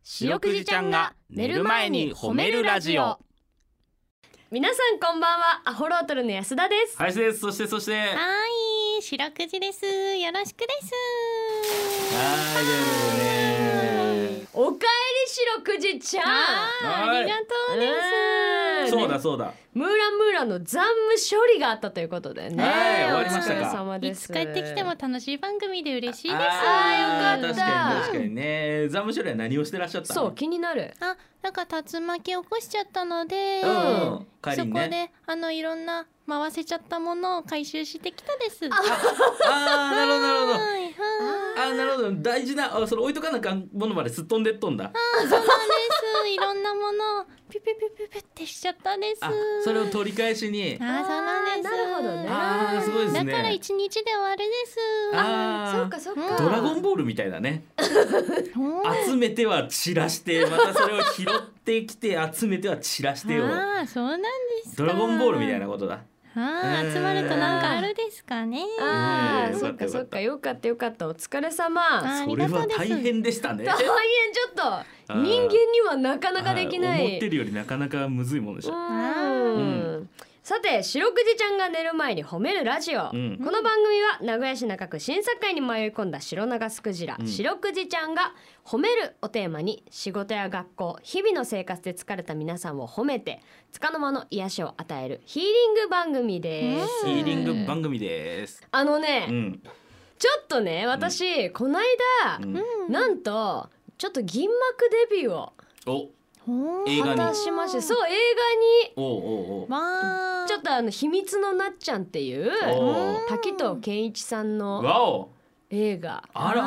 白くじちゃんが寝る前に褒めるラジオ。 皆さんこんばんは。アホロートルの安田です。 林です。そしてはい、白くじです。よろしくです。 はい、 おかえり白くじちゃん。 ありがとうです。 そうだムーランの残務処理があったということでね。 はい、終わりましたか。 お疲れ様です。 いつ帰ってきても楽しい番組で嬉しいです。 よかった。 確かにね。残務処理は何をしてらっしゃったの？ そう気になる。 なんか竜巻起こしちゃったので、そこでいろんな回せちゃったものを回収してきたです。 なるほどなるほど。なるほど、大事なそれ置いとかなかんものまですっ飛んでっとんだ。 そうなんです。いろんなものをピュピュピュピュピュってしちゃったです。 それを取り返しに。 そうなんです。 なるほどね。 すごいですね。 だから一日で終わるです。 そうか。 ドラゴンボールみたいだね。集めては散らして、またそれを拾ってきて集めては散らしてよ。 そうなんですか。 ドラゴンボールみたいなことだ。 集まるとなんかあるですかね。 そっかよかったお疲れ様。 それは大変でしたね。 大変、ちょっと人間にはなかなかできない。 思ってるよりなかなかむずいものでしょ。 さて白くじちゃんが寝る前に褒めるラジオ、この番組は名古屋市中区新坂会に迷い込んだ白長スクジラ、白くじちゃんが褒めるをテーマに仕事や学校日々の生活で疲れた皆さんを褒めて束の間の癒しを与えるヒーリング番組です。 ヒーリング番組です。 ちょっとね私、この間、なんとちょっと銀幕デビューを映画に果たしまして、そう映画にちょっと秘密のなっちゃんっていう滝藤賢一さんの映画、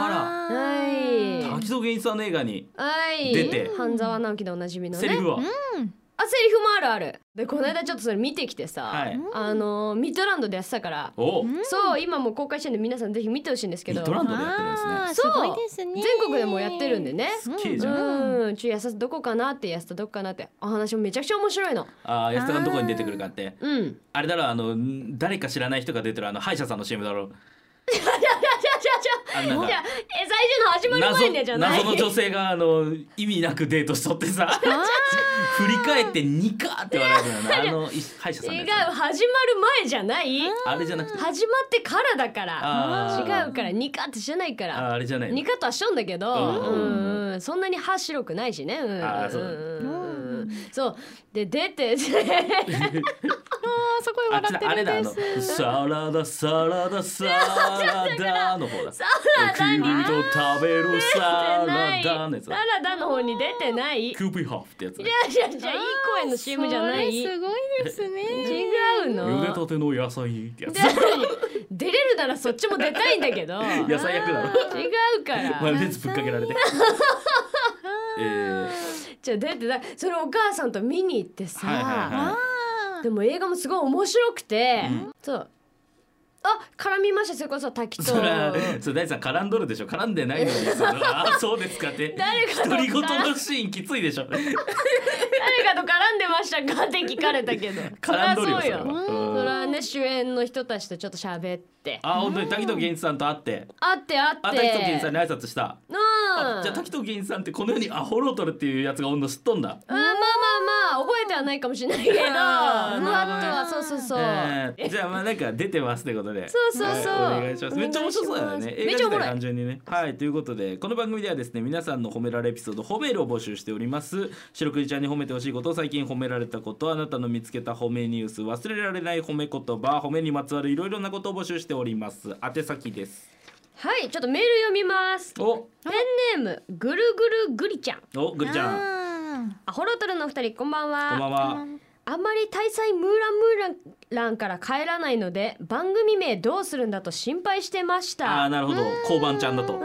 滝藤賢一さんの映画に出て、 半沢直樹でおなじみのねセリフはセリフもあるで、この間ちょっとそれ見てきてさ、ミッドランドでやってたから、そう今も公開してるんで皆さんぜひ見てほしいんですけど、 ミッドランドでやってるんですね。 すごいですね。 全国でもやってるんでね。どこかなって安田どこかなってお話もめちゃくちゃ面白いの。 安田がどこに出てくるかって、あれだろ、誰か知らない人が出てる歯医者さんの CM だろ。 最初の始まる前ねじゃない。 謎の女性が意味なくデートしとってさ振り返ってニカーって笑うの歯医者さんのやつ。 違う、始まる前じゃない。 あれじゃなくて始まってからだから。違うからニカってじゃないから。 あれじゃない。 ニカとはしょんだけど、そんなに歯白くないしね。そうで出てそこへ笑ってるんです。 サラダの方だ。 サラダに君と食べるサラダのやつ。 サラダの方に出てない。 キューピーハーフってやつ。 じゃあいい声の CM じゃない。 すごいですね。 違うの。 茹でたての野菜ってやつ。 出れるならそっちも出たいんだけど。 野菜役だろ。 違うから。 マヨネーズぶっかけられて。 じゃあ出てそれお母さんと見に行ってさ。でも映画もすごい面白くて、そう絡みました。それこそ滝とそれ大地さん絡んどるでしょ。絡んでないのにそうですかって独り言のシーンきついでしょ。 誰かと絡んでましたかって聞かれたけど絡んどるよそれは。 それはね主演の人たちとちょっと喋って、 本当に滝藤賢一さんと会って滝藤賢一さんに挨拶した。じゃあ滝藤賢一さんってこの世にアホロートルっていうやつがおんの知っとんだ。 まあ覚えてはないかもしれないけど、ふわっとはそうじゃあなんか出てますってことで、 そうお願いします。めっちゃ面白そうだよね。映画自体単純にね。ということでこの番組ではですね、皆さんの褒められエピソード褒めるを募集しております。白くじちゃんに褒めてほしいこと、最近褒められたこと、あなたの見つけた褒めニュース、忘れられない褒め言葉、褒めにまつわるいろいろなことを募集しております。宛先です。 はい、ちょっとメール読みます。ペンネームぐるぐるぐりちゃん。 ぐりちゃん。 アホロトルの2人こんばんは。 こんばんは。 あんまり大祭ムーランから帰らないので番組名どうするんだと心配してました。 なるほど、交番ちゃんだと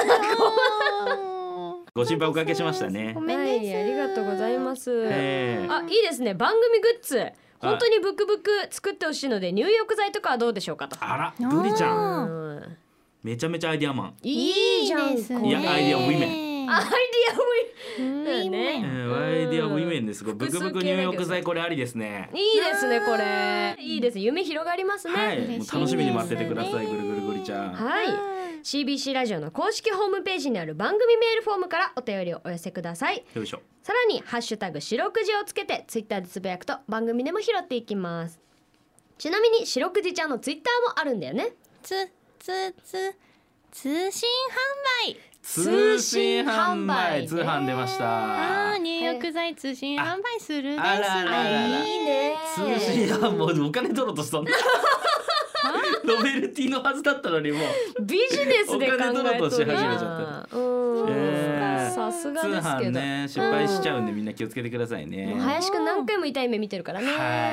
ご心配おかけしましたね。 はい、ありがとうございます。いいですね、番組グッズ本当にブクブク作ってほしいので入浴剤とかはどうでしょうかと。 ぐりちゃんめちゃめちゃアイディアマン。 いいじゃん。 いやアイディアウィメン。 アイディアウィメンですごい。ブクブク入浴剤これありですね。 いいですねこれ。いいです。夢広がりますね。 もう楽しみに待っててください。ぐるぐるぐりちゃん。 CBC ラジオの公式ホームページにある番組メールフォームからお便りをお寄せください。 よいしょ。 さらにハッシュタグ白くじをつけてツイッターでつぶやくと番組でも拾っていきます。ちなみに白くじちゃんのツイッターもあるんだよね。 通信販売。 通信販売、通販出ました。 入浴剤通信販売するです。 あらららら、 いいね。 通信販売、もうお金取ろうとしたんだ。ノベルティのはずだったのにもうビジネスで考えとるやん。 お金取ろうとし始めちゃった。 さすがですけど。 通販ね、失敗しちゃうんでみんな気をつけてくださいね。 林くん何回も痛い目見てるからね。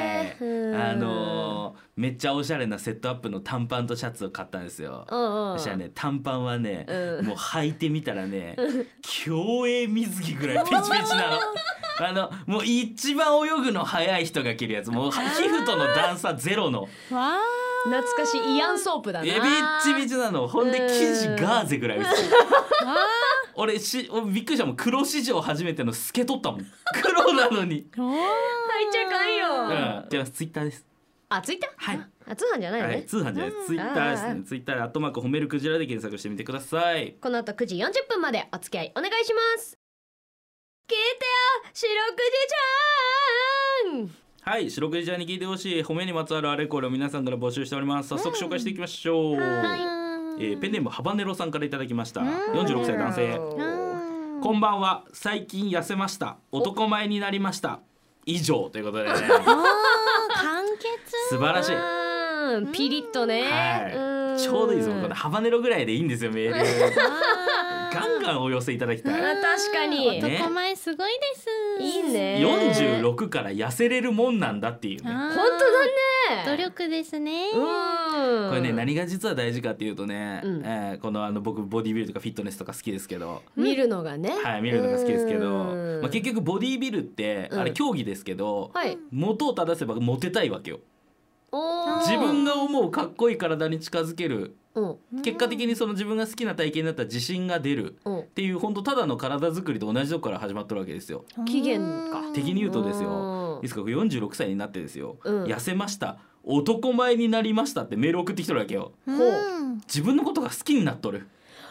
はい。めっちゃおしゃれなセットアップの短パンとシャツを買ったんですよ。そしたらね、短パンはね、もう履いてみたらね、競泳水着ぐらいピチピチなの。もう一番泳ぐの早い人が着るやつ、もう皮膚との段差ゼロの。 懐かしいイアンソープだな。 ビッチビチなの。ほんで生地ガーゼぐらい薄い。俺びっくりしたもん。黒史上初めての透けとったもん。黒なのに。 入っちゃいかんよ。 じゃあツイッターです。 あ、ツイッター？ はい。 あ、通販じゃないのね。 通販じゃない。ツイッターですね。ツイッターで@褒めるクジラで検索してみてください。 この後9時40分までお付き合いお願いします。聞いてよ、白くじちゃん。 はい、白くじちゃんに聞いてほしい褒めにまつわるあれこれを皆さんから募集しております。早速紹介していきましょう。ペンネームハバネロさんからいただきました。46歳男性。こんばんは。最近痩せました。男前になりました。以上ということでね。 完結。 素晴らしい。 ピリッとね。 はい。ちょうどいいですよ。これハバネロぐらいでいいんですよ、メール。ガンガンお寄せいただきたい。 確かに。 男前すごいです。 いいね。 46から痩せれるもんなんだっていうね。 本当だね。 努力ですね。 これね、何が実は大事かっていうとね、この僕ボディビルとかフィットネスとか好きですけど、 見るのがね。 はい、見るのが好きですけど、結局ボディビルってあれ競技ですけど、元を正せばモテたいわけよ。自分が思うかっこいい体に近づける。結果的にその自分が好きな体型になったら自信が出るっていう本当ただの体作りと同じところから始まってるわけですよ。 期限か。 的に言うとですよ。いつか46歳になってですよ。痩せました。男前になりましたってメール送ってきてるわけよ。自分のことが好きになっとる。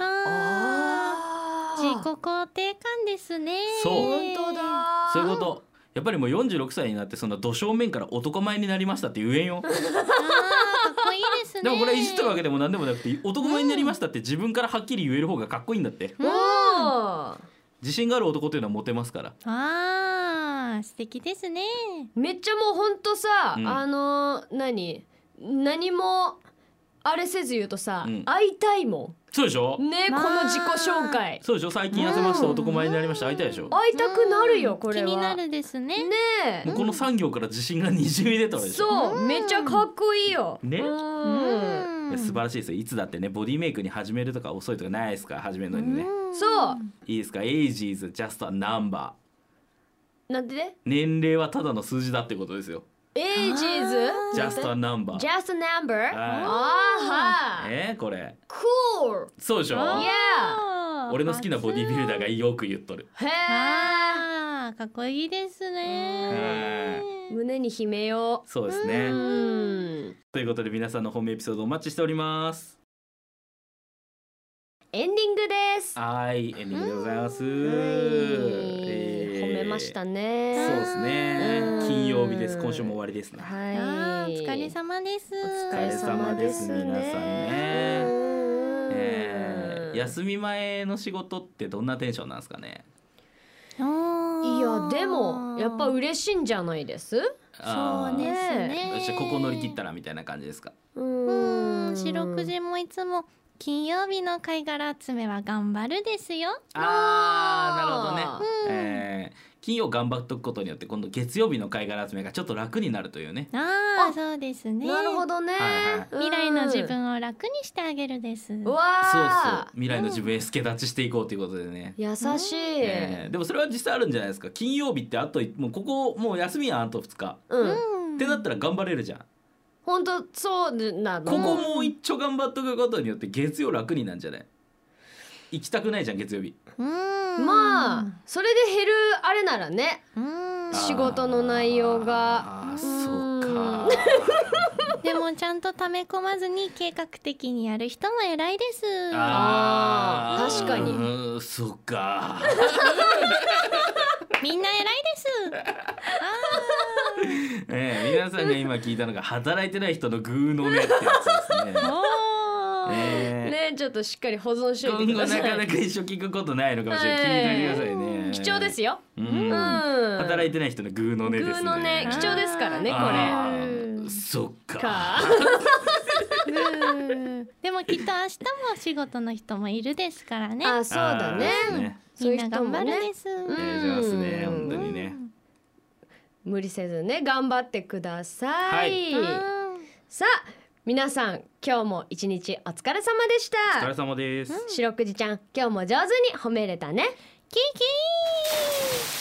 自己肯定感ですね。 そう。 本当だ。 そういうこと。やっぱりもう46歳になってその土正面から男前になりましたって言えんよ。 かっこいいですね。 でもこれいじってるわけでも何でもなくて、男前になりましたって自分からはっきり言える方がかっこいいんだって。自信がある男というのはモテますから。 素敵ですね。 めっちゃもうほんとさ、何もあれせず言うとさ、会いたいもん。 そうでしょね、この自己紹介。 そうでしょ。最近痩せました、男前になりました、会いたいでしょ。 会いたくなるよ、これは。 気になるですね。 ね、 もうこの産業から自信がにじみ出たわけでしょ。 そう、めっちゃかっこいいよね。素晴らしいですよ。いつだってね、ボディメイクに始めるとか遅いとかないですから、始めるのにね。 そういいですか。 Age is just a number。 なんでね、 年齢はただの数字だってことですよ。 Age is just a number。 just a number。 これ Cool。 そうでしょ。 Yeah。 俺の好きなボディビルダーがよく言っとる。 へー、かっこいいですね。 胸に秘めよう。 そうですね。ということで皆さんのホームエピソードお待ちしております。 エンディングです。 はい、エンディングでございます。 褒めましたね。 そうですね。金曜日です。今週も終わりですね。 はい。お疲れ様です。 お疲れ様です皆さんね。休み前の仕事ってどんなテンションなんですかね。 いやでもやっぱ嬉しいんじゃないです？ そうですね。 私ここ乗り切ったらみたいな感じですか。 白くじもいつも金曜日の貝殻集めは頑張るですよ。 なるほどね。金曜頑張っとくことによって今度月曜日の貝殻集めがちょっと楽になるというね。 そうですね。 なるほどね。 未来の自分を楽にしてあげるです。 そうそう。未来の自分へ助立ちしていこうということでね。 優しい。 でもそれは実際あるんじゃないですか。金曜日ってあともうここもう休みやん、あと2日。ってなったら頑張れるじゃん。 本当そうなの。 ここもう一丁頑張っとくことによって月曜楽になんじゃない？行きたくないじゃん月曜日。 まあそれで減るあれならね。仕事の内容が。 そうか。 でもちゃんと溜め込まずに計画的にやる人も偉いです。 確かに。 そっか。 みんな偉いです。皆さんが今聞いたのが働いてない人のグーの音ってやつですね。 ね、ちょっとしっかり保存しといてください。 今後なかなか一緒聞くことないのかもしれない。聞いておいてくださいね。 貴重ですよ。 働いてない人のグーの音ですね。 グーの音貴重ですからね、これ。 そっか。 でもきっと明日もお仕事の人もいるですからね。 そうだね。 みんな頑張るです。 お願いしますね、本当にね。 無理せずね、頑張ってください。さあ皆さん、今日も一日お疲れ様でした。 お疲れ様です。 白くじちゃん、今日も上手に褒めれたね。 キキー。